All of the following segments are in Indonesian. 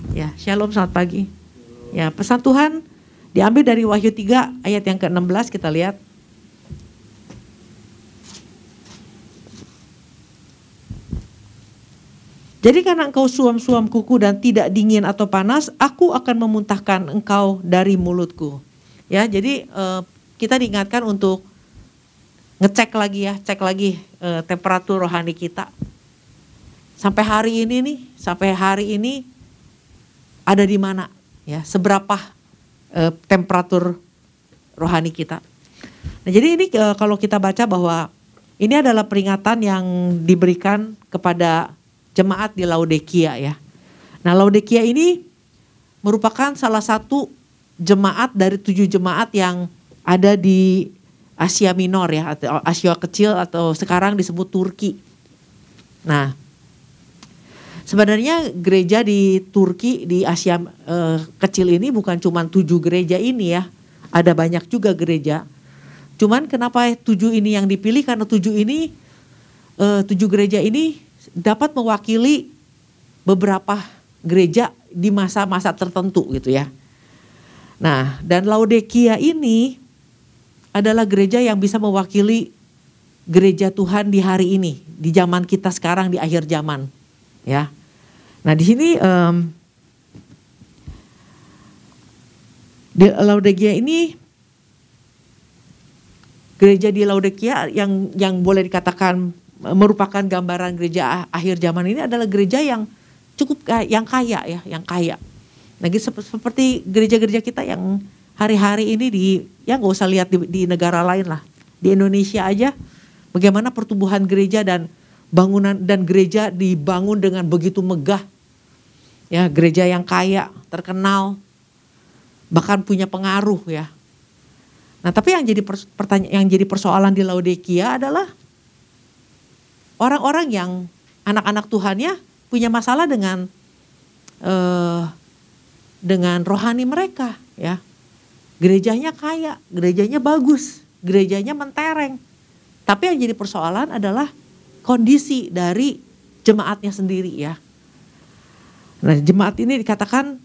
Ya, shalom, selamat pagi. Ya, pesan Tuhan diambil dari Wahyu 3 ayat yang ke-16, kita lihat. Jadi karena engkau suam-suam kuku dan tidak dingin atau panas, aku akan memuntahkan engkau dari mulutku. Ya, jadi kita diingatkan untuk ngecek lagi ya, cek lagi temperatur rohani kita. Sampai hari ini ada di mana ya, seberapa temperatur rohani kita. Nah, jadi ini kalau kita baca bahwa ini adalah peringatan yang diberikan kepada jemaat di Laodikia ya. Nah, Laodikia ini merupakan salah satu jemaat dari 7 jemaat yang ada di Asia Minor ya, atau Asia Kecil atau sekarang disebut Turki. Nah, sebenarnya gereja di Turki di Asia Kecil ini bukan cuma 7 gereja ini ya, ada banyak juga gereja. Cuman kenapa 7 ini yang dipilih, karena 7 gereja ini dapat mewakili beberapa gereja di masa-masa tertentu gitu ya. Nah, dan Laodikia ini adalah gereja yang bisa mewakili gereja Tuhan di hari ini, di zaman kita sekarang, di akhir zaman ya. Nah, di sini di Laodikia ini, gereja di Laodikia yang boleh dikatakan merupakan gambaran gereja akhir zaman ini adalah gereja yang cukup kaya ya, yang kaya. Nah, seperti gereja-gereja kita yang hari-hari ini ya nggak usah lihat di negara lain lah, di Indonesia aja bagaimana pertumbuhan gereja dan bangunan dan gereja dibangun dengan begitu megah. Ya, gereja yang kaya, terkenal, bahkan punya pengaruh ya. Nah, tapi yang jadi persoalan di Laodikia adalah orang-orang yang anak-anak Tuhannya punya masalah dengan rohani mereka ya. Gerejanya kaya, gerejanya bagus, gerejanya mentereng. Tapi yang jadi persoalan adalah kondisi dari jemaatnya sendiri ya. Nah, jemaat ini dikatakan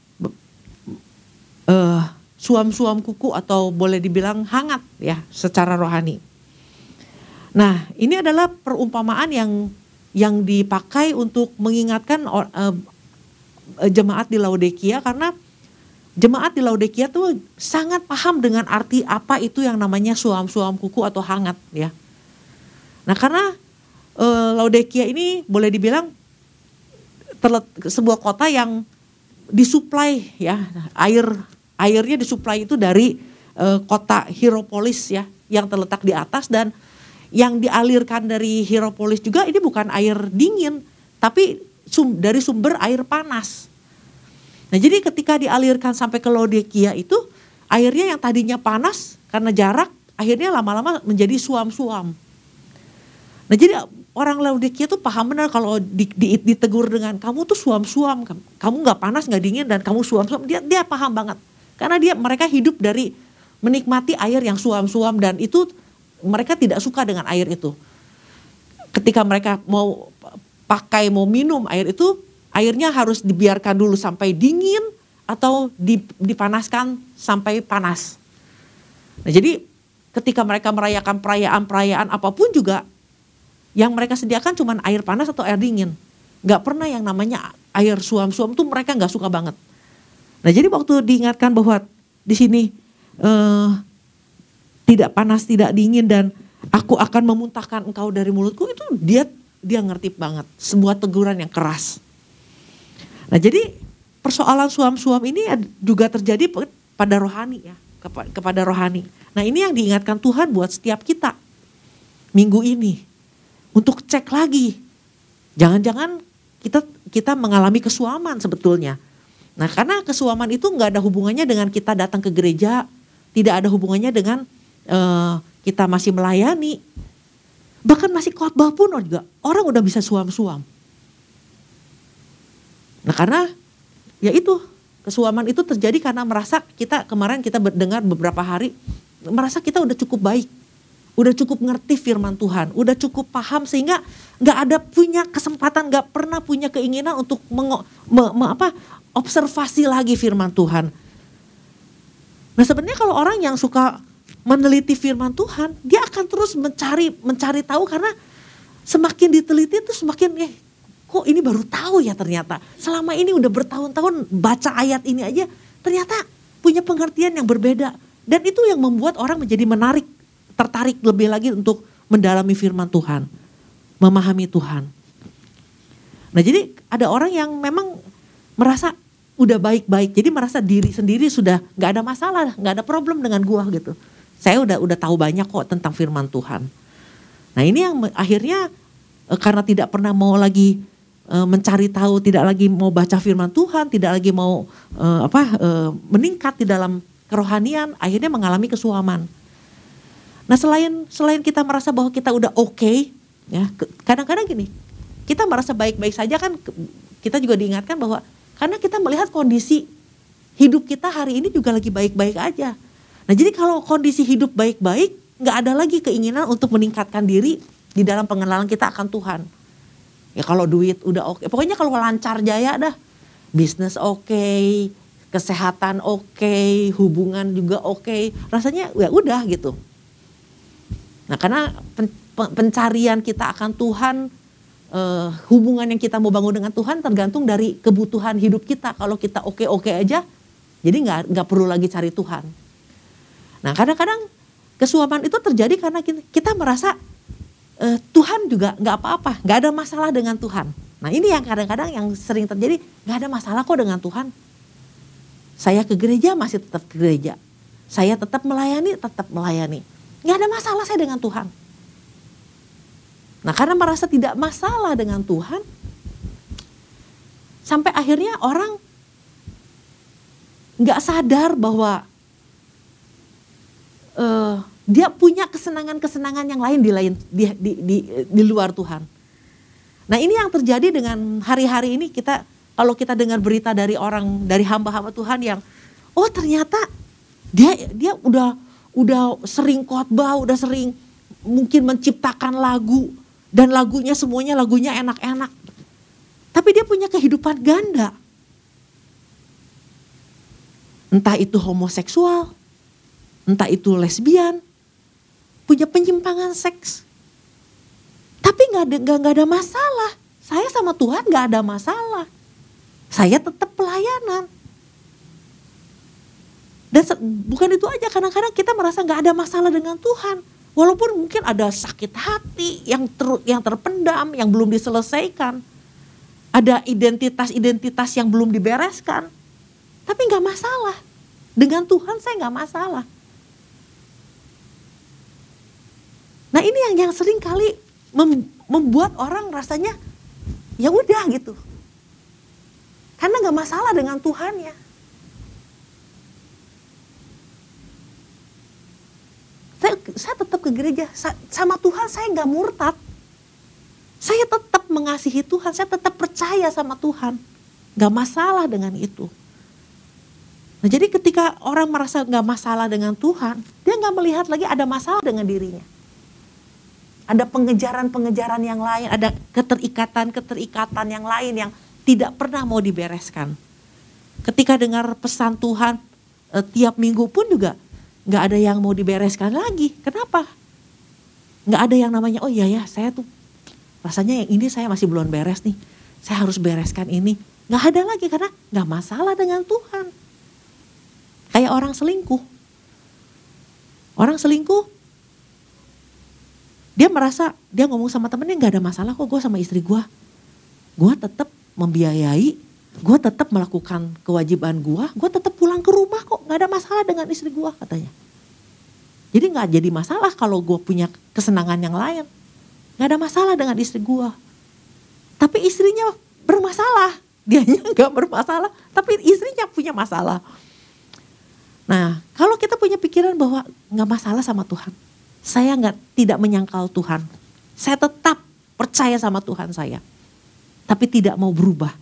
suam-suam kuku atau boleh dibilang hangat ya secara rohani. Nah, ini adalah perumpamaan yang dipakai untuk mengingatkan jemaat di Laodikia, karena jemaat di Laodikia tuh sangat paham dengan arti apa itu yang namanya suam-suam kuku atau hangat ya. Nah, karena Laodikia ini boleh dibilang sebuah kota yang disuplai ya, airnya disuplai itu dari kota Hierapolis ya, yang terletak di atas, dan yang dialirkan dari Hierapolis juga ini bukan air dingin, tapi dari sumber air panas. Nah, jadi ketika dialirkan sampai ke Laodikia itu, airnya yang tadinya panas karena jarak, akhirnya lama-lama menjadi suam-suam. Nah, jadi orang Laodikia tuh paham benar kalau ditegur dengan kamu tuh suam-suam, kamu nggak panas nggak dingin dan kamu suam-suam, dia paham banget. Karena mereka hidup dari menikmati air yang suam-suam, dan itu mereka tidak suka dengan air itu. Ketika mereka mau minum air itu, airnya harus dibiarkan dulu sampai dingin atau dipanaskan sampai panas. Nah, jadi ketika mereka merayakan perayaan apapun juga, yang mereka sediakan cuma air panas atau air dingin. Gak pernah yang namanya air suam-suam tuh mereka gak suka banget. Nah, jadi waktu diingatkan bahwa di sini tidak panas, tidak dingin, dan aku akan memuntahkan engkau dari mulutku, itu dia ngerti banget. Sebuah teguran yang keras. Nah, jadi persoalan suam-suam ini juga terjadi pada rohani ya, kepada rohani. Nah, ini yang diingatkan Tuhan buat setiap kita minggu ini, untuk cek lagi. Jangan-jangan kita mengalami kesuaman sebetulnya. Nah, karena kesuaman itu nggak ada hubungannya dengan kita datang ke gereja, tidak ada hubungannya dengan kita masih melayani, bahkan masih khotbah pun juga orang udah bisa suam-suam. Nah, karena ya itu kesuaman itu terjadi karena merasa kemarin kita dengar beberapa hari, merasa kita udah cukup baik, udah cukup ngerti firman Tuhan, udah cukup paham sehingga nggak ada punya kesempatan, nggak pernah punya keinginan untuk observasi lagi firman Tuhan. Nah sebenarnya kalau orang yang suka meneliti firman Tuhan, dia akan terus mencari tahu, karena semakin diteliti itu semakin kok ini baru tahu ya ternyata. Selama ini udah bertahun-tahun baca ayat ini aja, ternyata punya pengertian yang berbeda. Dan itu yang membuat orang menjadi tertarik lebih lagi untuk mendalami firman Tuhan, memahami Tuhan. Nah jadi ada orang yang memang merasa udah baik-baik, jadi merasa diri sendiri sudah gak ada masalah, gak ada problem dengan gua gitu. Saya udah tahu banyak kok tentang firman Tuhan. Nah ini yang akhirnya karena tidak pernah mau lagi mencari tahu, tidak lagi mau baca firman Tuhan, tidak lagi mau meningkat di dalam kerohanian, akhirnya mengalami kesuaman. Nah selain kita merasa bahwa kita udah oke, ya kadang-kadang gini, kita merasa baik-baik saja kan, kita juga diingatkan bahwa karena kita melihat kondisi hidup kita hari ini juga lagi baik-baik aja. Nah jadi kalau kondisi hidup baik-baik, gak ada lagi keinginan untuk meningkatkan diri di dalam pengenalan kita akan Tuhan. Ya kalau duit udah oke, pokoknya kalau lancar jaya dah, bisnis oke, kesehatan oke, hubungan juga oke, rasanya ya udah gitu. Nah karena pencarian kita akan Tuhan, hubungan yang kita mau bangun dengan Tuhan tergantung dari kebutuhan hidup kita. Kalau kita oke-oke aja, jadi nggak perlu lagi cari Tuhan. Nah kadang-kadang kesuapan itu terjadi karena kita merasa Tuhan juga nggak apa-apa, nggak ada masalah dengan Tuhan. Nah ini yang kadang-kadang yang sering terjadi, nggak ada masalah kok dengan Tuhan. Saya ke gereja masih tetap ke gereja, saya tetap melayani, nggak ada masalah saya dengan Tuhan. Nah karena merasa tidak masalah dengan Tuhan, sampai akhirnya orang gak sadar bahwa dia punya kesenangan-kesenangan yang lain di luar Tuhan. Nah ini yang terjadi dengan hari-hari ini, kalau kita dengar berita dari orang, dari hamba-hamba Tuhan yang ternyata dia udah sering khotbah, udah sering mungkin menciptakan lagu. Dan lagunya semuanya lagunya enak-enak. Tapi dia punya kehidupan ganda. Entah itu homoseksual, entah itu lesbian, punya penyimpangan seks. Tapi gak ada masalah. Saya sama Tuhan gak ada masalah. Saya tetap pelayanan. Dan bukan itu aja, kadang-kadang kita merasa gak ada masalah dengan Tuhan. Walaupun mungkin ada sakit hati yang terpendam, yang belum diselesaikan. Ada identitas yang belum dibereskan. Tapi gak masalah. Dengan Tuhan saya gak masalah. Nah ini yang sering kali membuat orang rasanya ya udah gitu. Karena gak masalah dengan Tuhan ya. Saya tetap ke gereja, sama Tuhan saya gak murtad. Saya tetap mengasihi Tuhan, saya tetap percaya sama Tuhan. Gak masalah dengan itu. Nah jadi ketika orang merasa gak masalah dengan Tuhan, dia gak melihat lagi ada masalah dengan dirinya. Ada pengejaran-pengejaran yang lain, ada keterikatan yang lain yang tidak pernah mau dibereskan. Ketika dengar pesan Tuhan tiap minggu pun juga gak ada yang mau dibereskan lagi. Kenapa? Gak ada yang namanya, oh iya ya saya tuh rasanya yang ini saya masih belum beres nih. Saya harus bereskan ini. Gak ada lagi karena gak masalah dengan Tuhan. Kayak orang selingkuh. Orang selingkuh, dia merasa, dia ngomong sama temennya gak ada masalah kok gue sama istri gue. Gue tetap membiayai, gue tetap melakukan kewajiban gue tetap pulang ke rumah kok, gak ada masalah dengan istri gue katanya. Jadi gak jadi masalah kalau gue punya kesenangan yang lain. Gak ada masalah dengan istri gue. Tapi istrinya bermasalah, dianya gak bermasalah, tapi istrinya punya masalah. Nah kalau kita punya pikiran bahwa gak masalah sama Tuhan, saya tidak menyangkal Tuhan, saya tetap percaya sama Tuhan saya, tapi tidak mau berubah.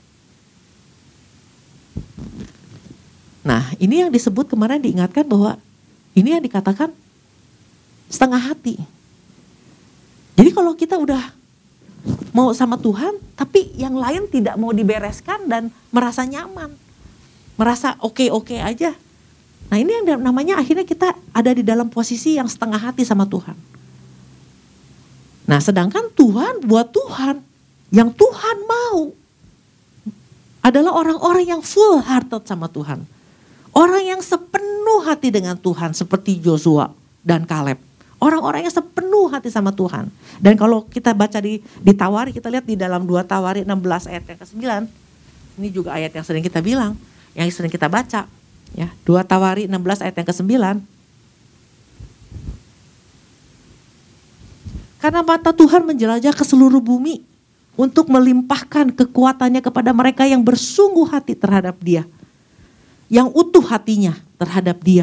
Nah ini yang disebut kemarin diingatkan bahwa ini yang dikatakan setengah hati. Jadi kalau kita udah mau sama Tuhan, tapi yang lain tidak mau dibereskan dan merasa nyaman. Merasa oke-oke aja. Nah ini yang namanya akhirnya kita ada di dalam posisi yang setengah hati sama Tuhan. Nah sedangkan Tuhan buat Tuhan, yang Tuhan mau adalah orang-orang yang full hearted sama Tuhan. Orang yang sepenuh hati dengan Tuhan seperti Joshua dan Kaleb. Orang-orang yang sepenuh hati sama Tuhan. Dan kalau kita baca di Tawari, kita lihat di dalam 2 Tawari 16 ayat yang ke-9. Ini juga ayat yang sering kita bilang, yang sering kita baca. Ya, 2 Tawari 16 ayat yang ke-9. Karena mata Tuhan menjelajah ke seluruh bumi untuk melimpahkan kekuatannya kepada mereka yang bersungguh hati terhadap Dia. Yang utuh hatinya terhadap Dia.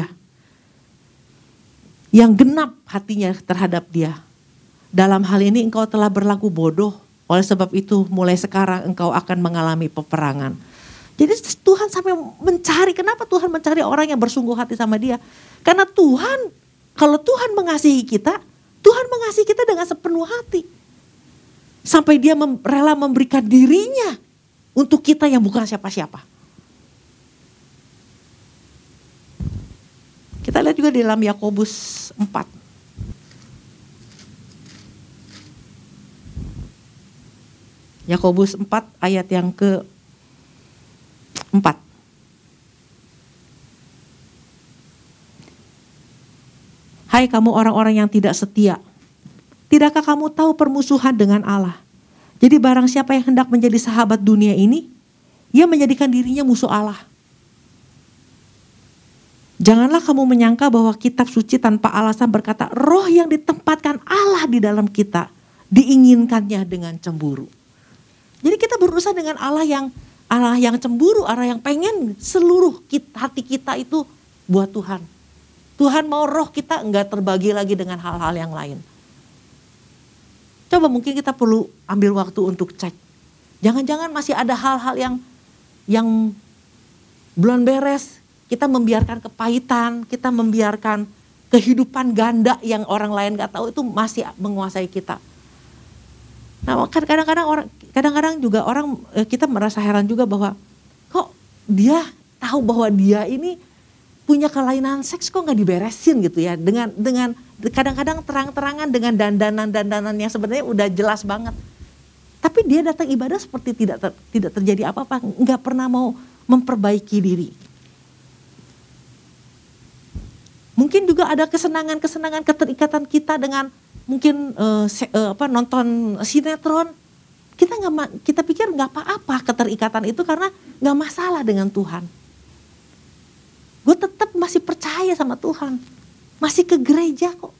Yang genap hatinya terhadap Dia. Dalam hal ini engkau telah berlaku bodoh, oleh sebab itu mulai sekarang engkau akan mengalami peperangan. Jadi Tuhan sampai mencari, kenapa Tuhan mencari orang yang bersungguh hati sama Dia? Karena Tuhan, kalau Tuhan mengasihi kita, Tuhan mengasihi kita dengan sepenuh hati. Sampai Dia rela memberikan dirinya untuk kita yang bukan siapa-siapa. Kita lihat juga di dalam Yakobus 4. Yakobus 4 ayat yang ke-4. Hai kamu orang-orang yang tidak setia, tidakkah kamu tahu permusuhan dengan Allah? Jadi barang siapa yang hendak menjadi sahabat dunia ini, ia menjadikan dirinya musuh Allah. Janganlah kamu menyangka bahwa kitab suci tanpa alasan berkata, roh yang ditempatkan Allah di dalam kita, diinginkannya dengan cemburu. Jadi kita berurusan dengan Allah yang cemburu, Allah yang pengen seluruh hati kita itu buat Tuhan. Tuhan mau roh kita enggak terbagi lagi dengan hal-hal yang lain. Coba mungkin kita perlu ambil waktu untuk cek. Jangan-jangan masih ada hal-hal yang belum beres. Kita membiarkan kepahitan, kita membiarkan kehidupan ganda yang orang lain gak tahu itu masih menguasai kita. Nah kadang-kadang juga orang kita merasa heran juga bahwa kok dia tahu bahwa dia ini punya kelainan seks kok nggak diberesin gitu ya, dengan kadang-kadang terang-terangan dengan dandanan yang sebenarnya udah jelas banget. Tapi dia datang ibadah seperti tidak terjadi apa-apa, nggak pernah mau memperbaiki diri. Mungkin juga ada kesenangan-kesenangan, keterikatan kita dengan mungkin nonton sinetron. Kita pikir nggak apa-apa keterikatan itu karena nggak masalah dengan Tuhan. Gue tetap masih percaya sama Tuhan, masih ke gereja kok.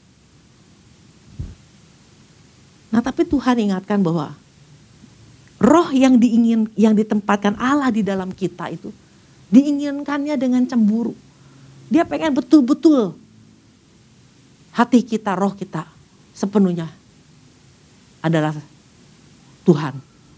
Nah tapi Tuhan ingatkan bahwa roh yang ditempatkan Allah di dalam kita itu diinginkannya dengan cemburu. Dia pengen betul-betul hati kita, roh kita sepenuhnya adalah Tuhan.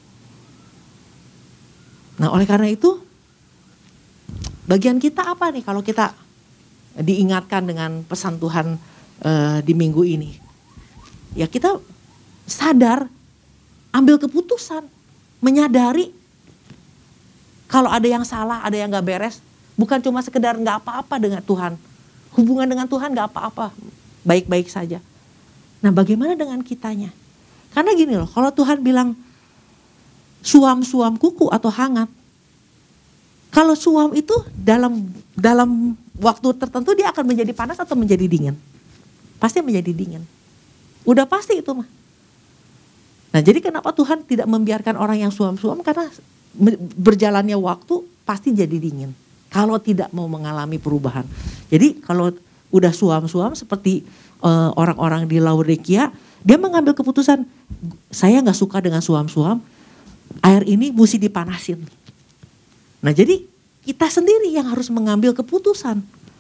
Nah oleh karena itu bagian kita apa nih kalau kita diingatkan dengan pesan Tuhan di minggu ini? Ya kita sadar, ambil keputusan, menyadari kalau ada yang salah, ada yang gak beres. Bukan cuma sekedar gak apa-apa dengan Tuhan. Hubungan dengan Tuhan gak apa-apa, baik-baik saja. Nah bagaimana dengan kitanya? Karena gini loh, kalau Tuhan bilang suam-suam kuku atau hangat. Kalau suam itu dalam waktu tertentu dia akan menjadi panas atau menjadi dingin. Pasti menjadi dingin. Udah pasti itu mah. Nah jadi kenapa Tuhan tidak membiarkan orang yang suam-suam? Karena berjalannya waktu pasti jadi dingin. Kalau tidak mau mengalami perubahan. Jadi kalau udah suam-suam seperti orang-orang di Laodikia, dia mengambil keputusan, saya gak suka dengan suam-suam, air ini mesti dipanasin. Nah jadi kita sendiri yang harus mengambil keputusan.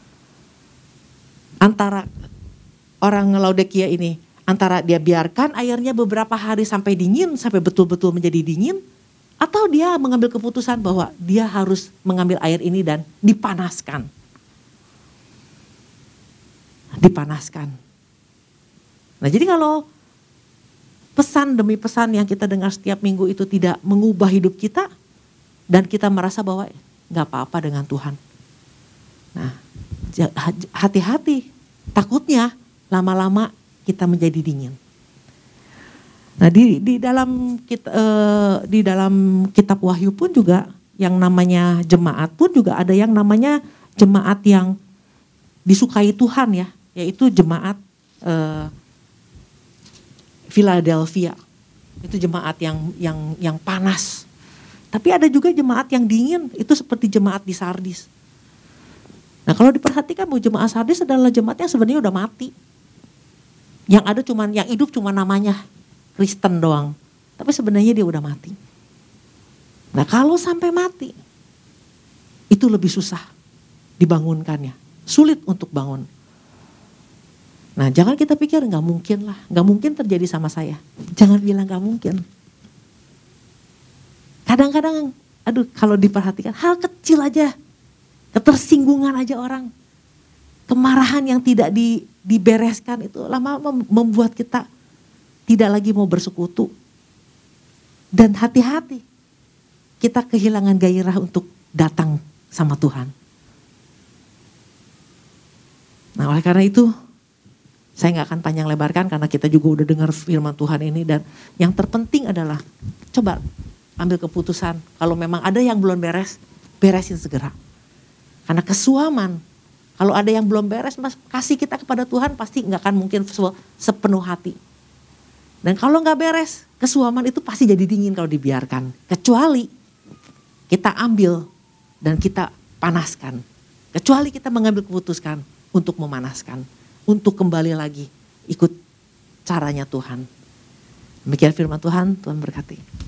Antara orang Laodikia ini, antara dia biarkan airnya beberapa hari sampai dingin, sampai betul-betul menjadi dingin, atau dia mengambil keputusan bahwa dia harus mengambil air ini dan dipanaskan. Dipanaskan. Nah jadi kalau pesan demi pesan yang kita dengar setiap minggu itu tidak mengubah hidup kita, dan kita merasa bahwa gak apa-apa dengan Tuhan. Nah, hati-hati, takutnya lama-lama kita menjadi dingin. Nah, di dalam kitab Wahyu pun juga yang namanya jemaat pun juga ada yang namanya jemaat yang disukai Tuhan ya, yaitu jemaat Philadelphia. Itu jemaat yang panas. Tapi ada juga jemaat yang dingin, itu seperti jemaat di Sardis. Nah, kalau diperhatikan bahwa jemaat Sardis adalah jemaat yang sebenarnya udah mati. Yang ada yang hidup cuma namanya Kristen doang. Tapi sebenarnya dia udah mati. Nah, kalau sampai mati, itu lebih susah dibangunkannya. Sulit untuk bangun. Nah, jangan kita pikir gak mungkin lah. Gak mungkin terjadi sama saya. Jangan bilang gak mungkin. Kadang-kadang, kalau diperhatikan hal kecil aja. Ketersinggungan aja orang. Kemarahan yang tidak dibereskan itu lama-lama membuat kita tidak lagi mau bersekutu. Dan hati-hati. Kita kehilangan gairah untuk datang sama Tuhan. Nah, oleh karena itu saya gak akan panjang lebarkan karena kita juga udah dengar firman Tuhan ini. Dan yang terpenting adalah coba ambil keputusan. Kalau memang ada yang belum beres, beresin segera. Karena kesuaman, kalau ada yang belum beres, kasih kita kepada Tuhan pasti gak akan mungkin sepenuh hati. Dan kalau gak beres, kesuaman itu pasti jadi dingin kalau dibiarkan. Kecuali kita ambil dan kita panaskan. Kecuali kita mengambil keputusan untuk memanaskan. Untuk kembali lagi ikut caranya Tuhan. Demikian firman Tuhan, Tuhan berkati.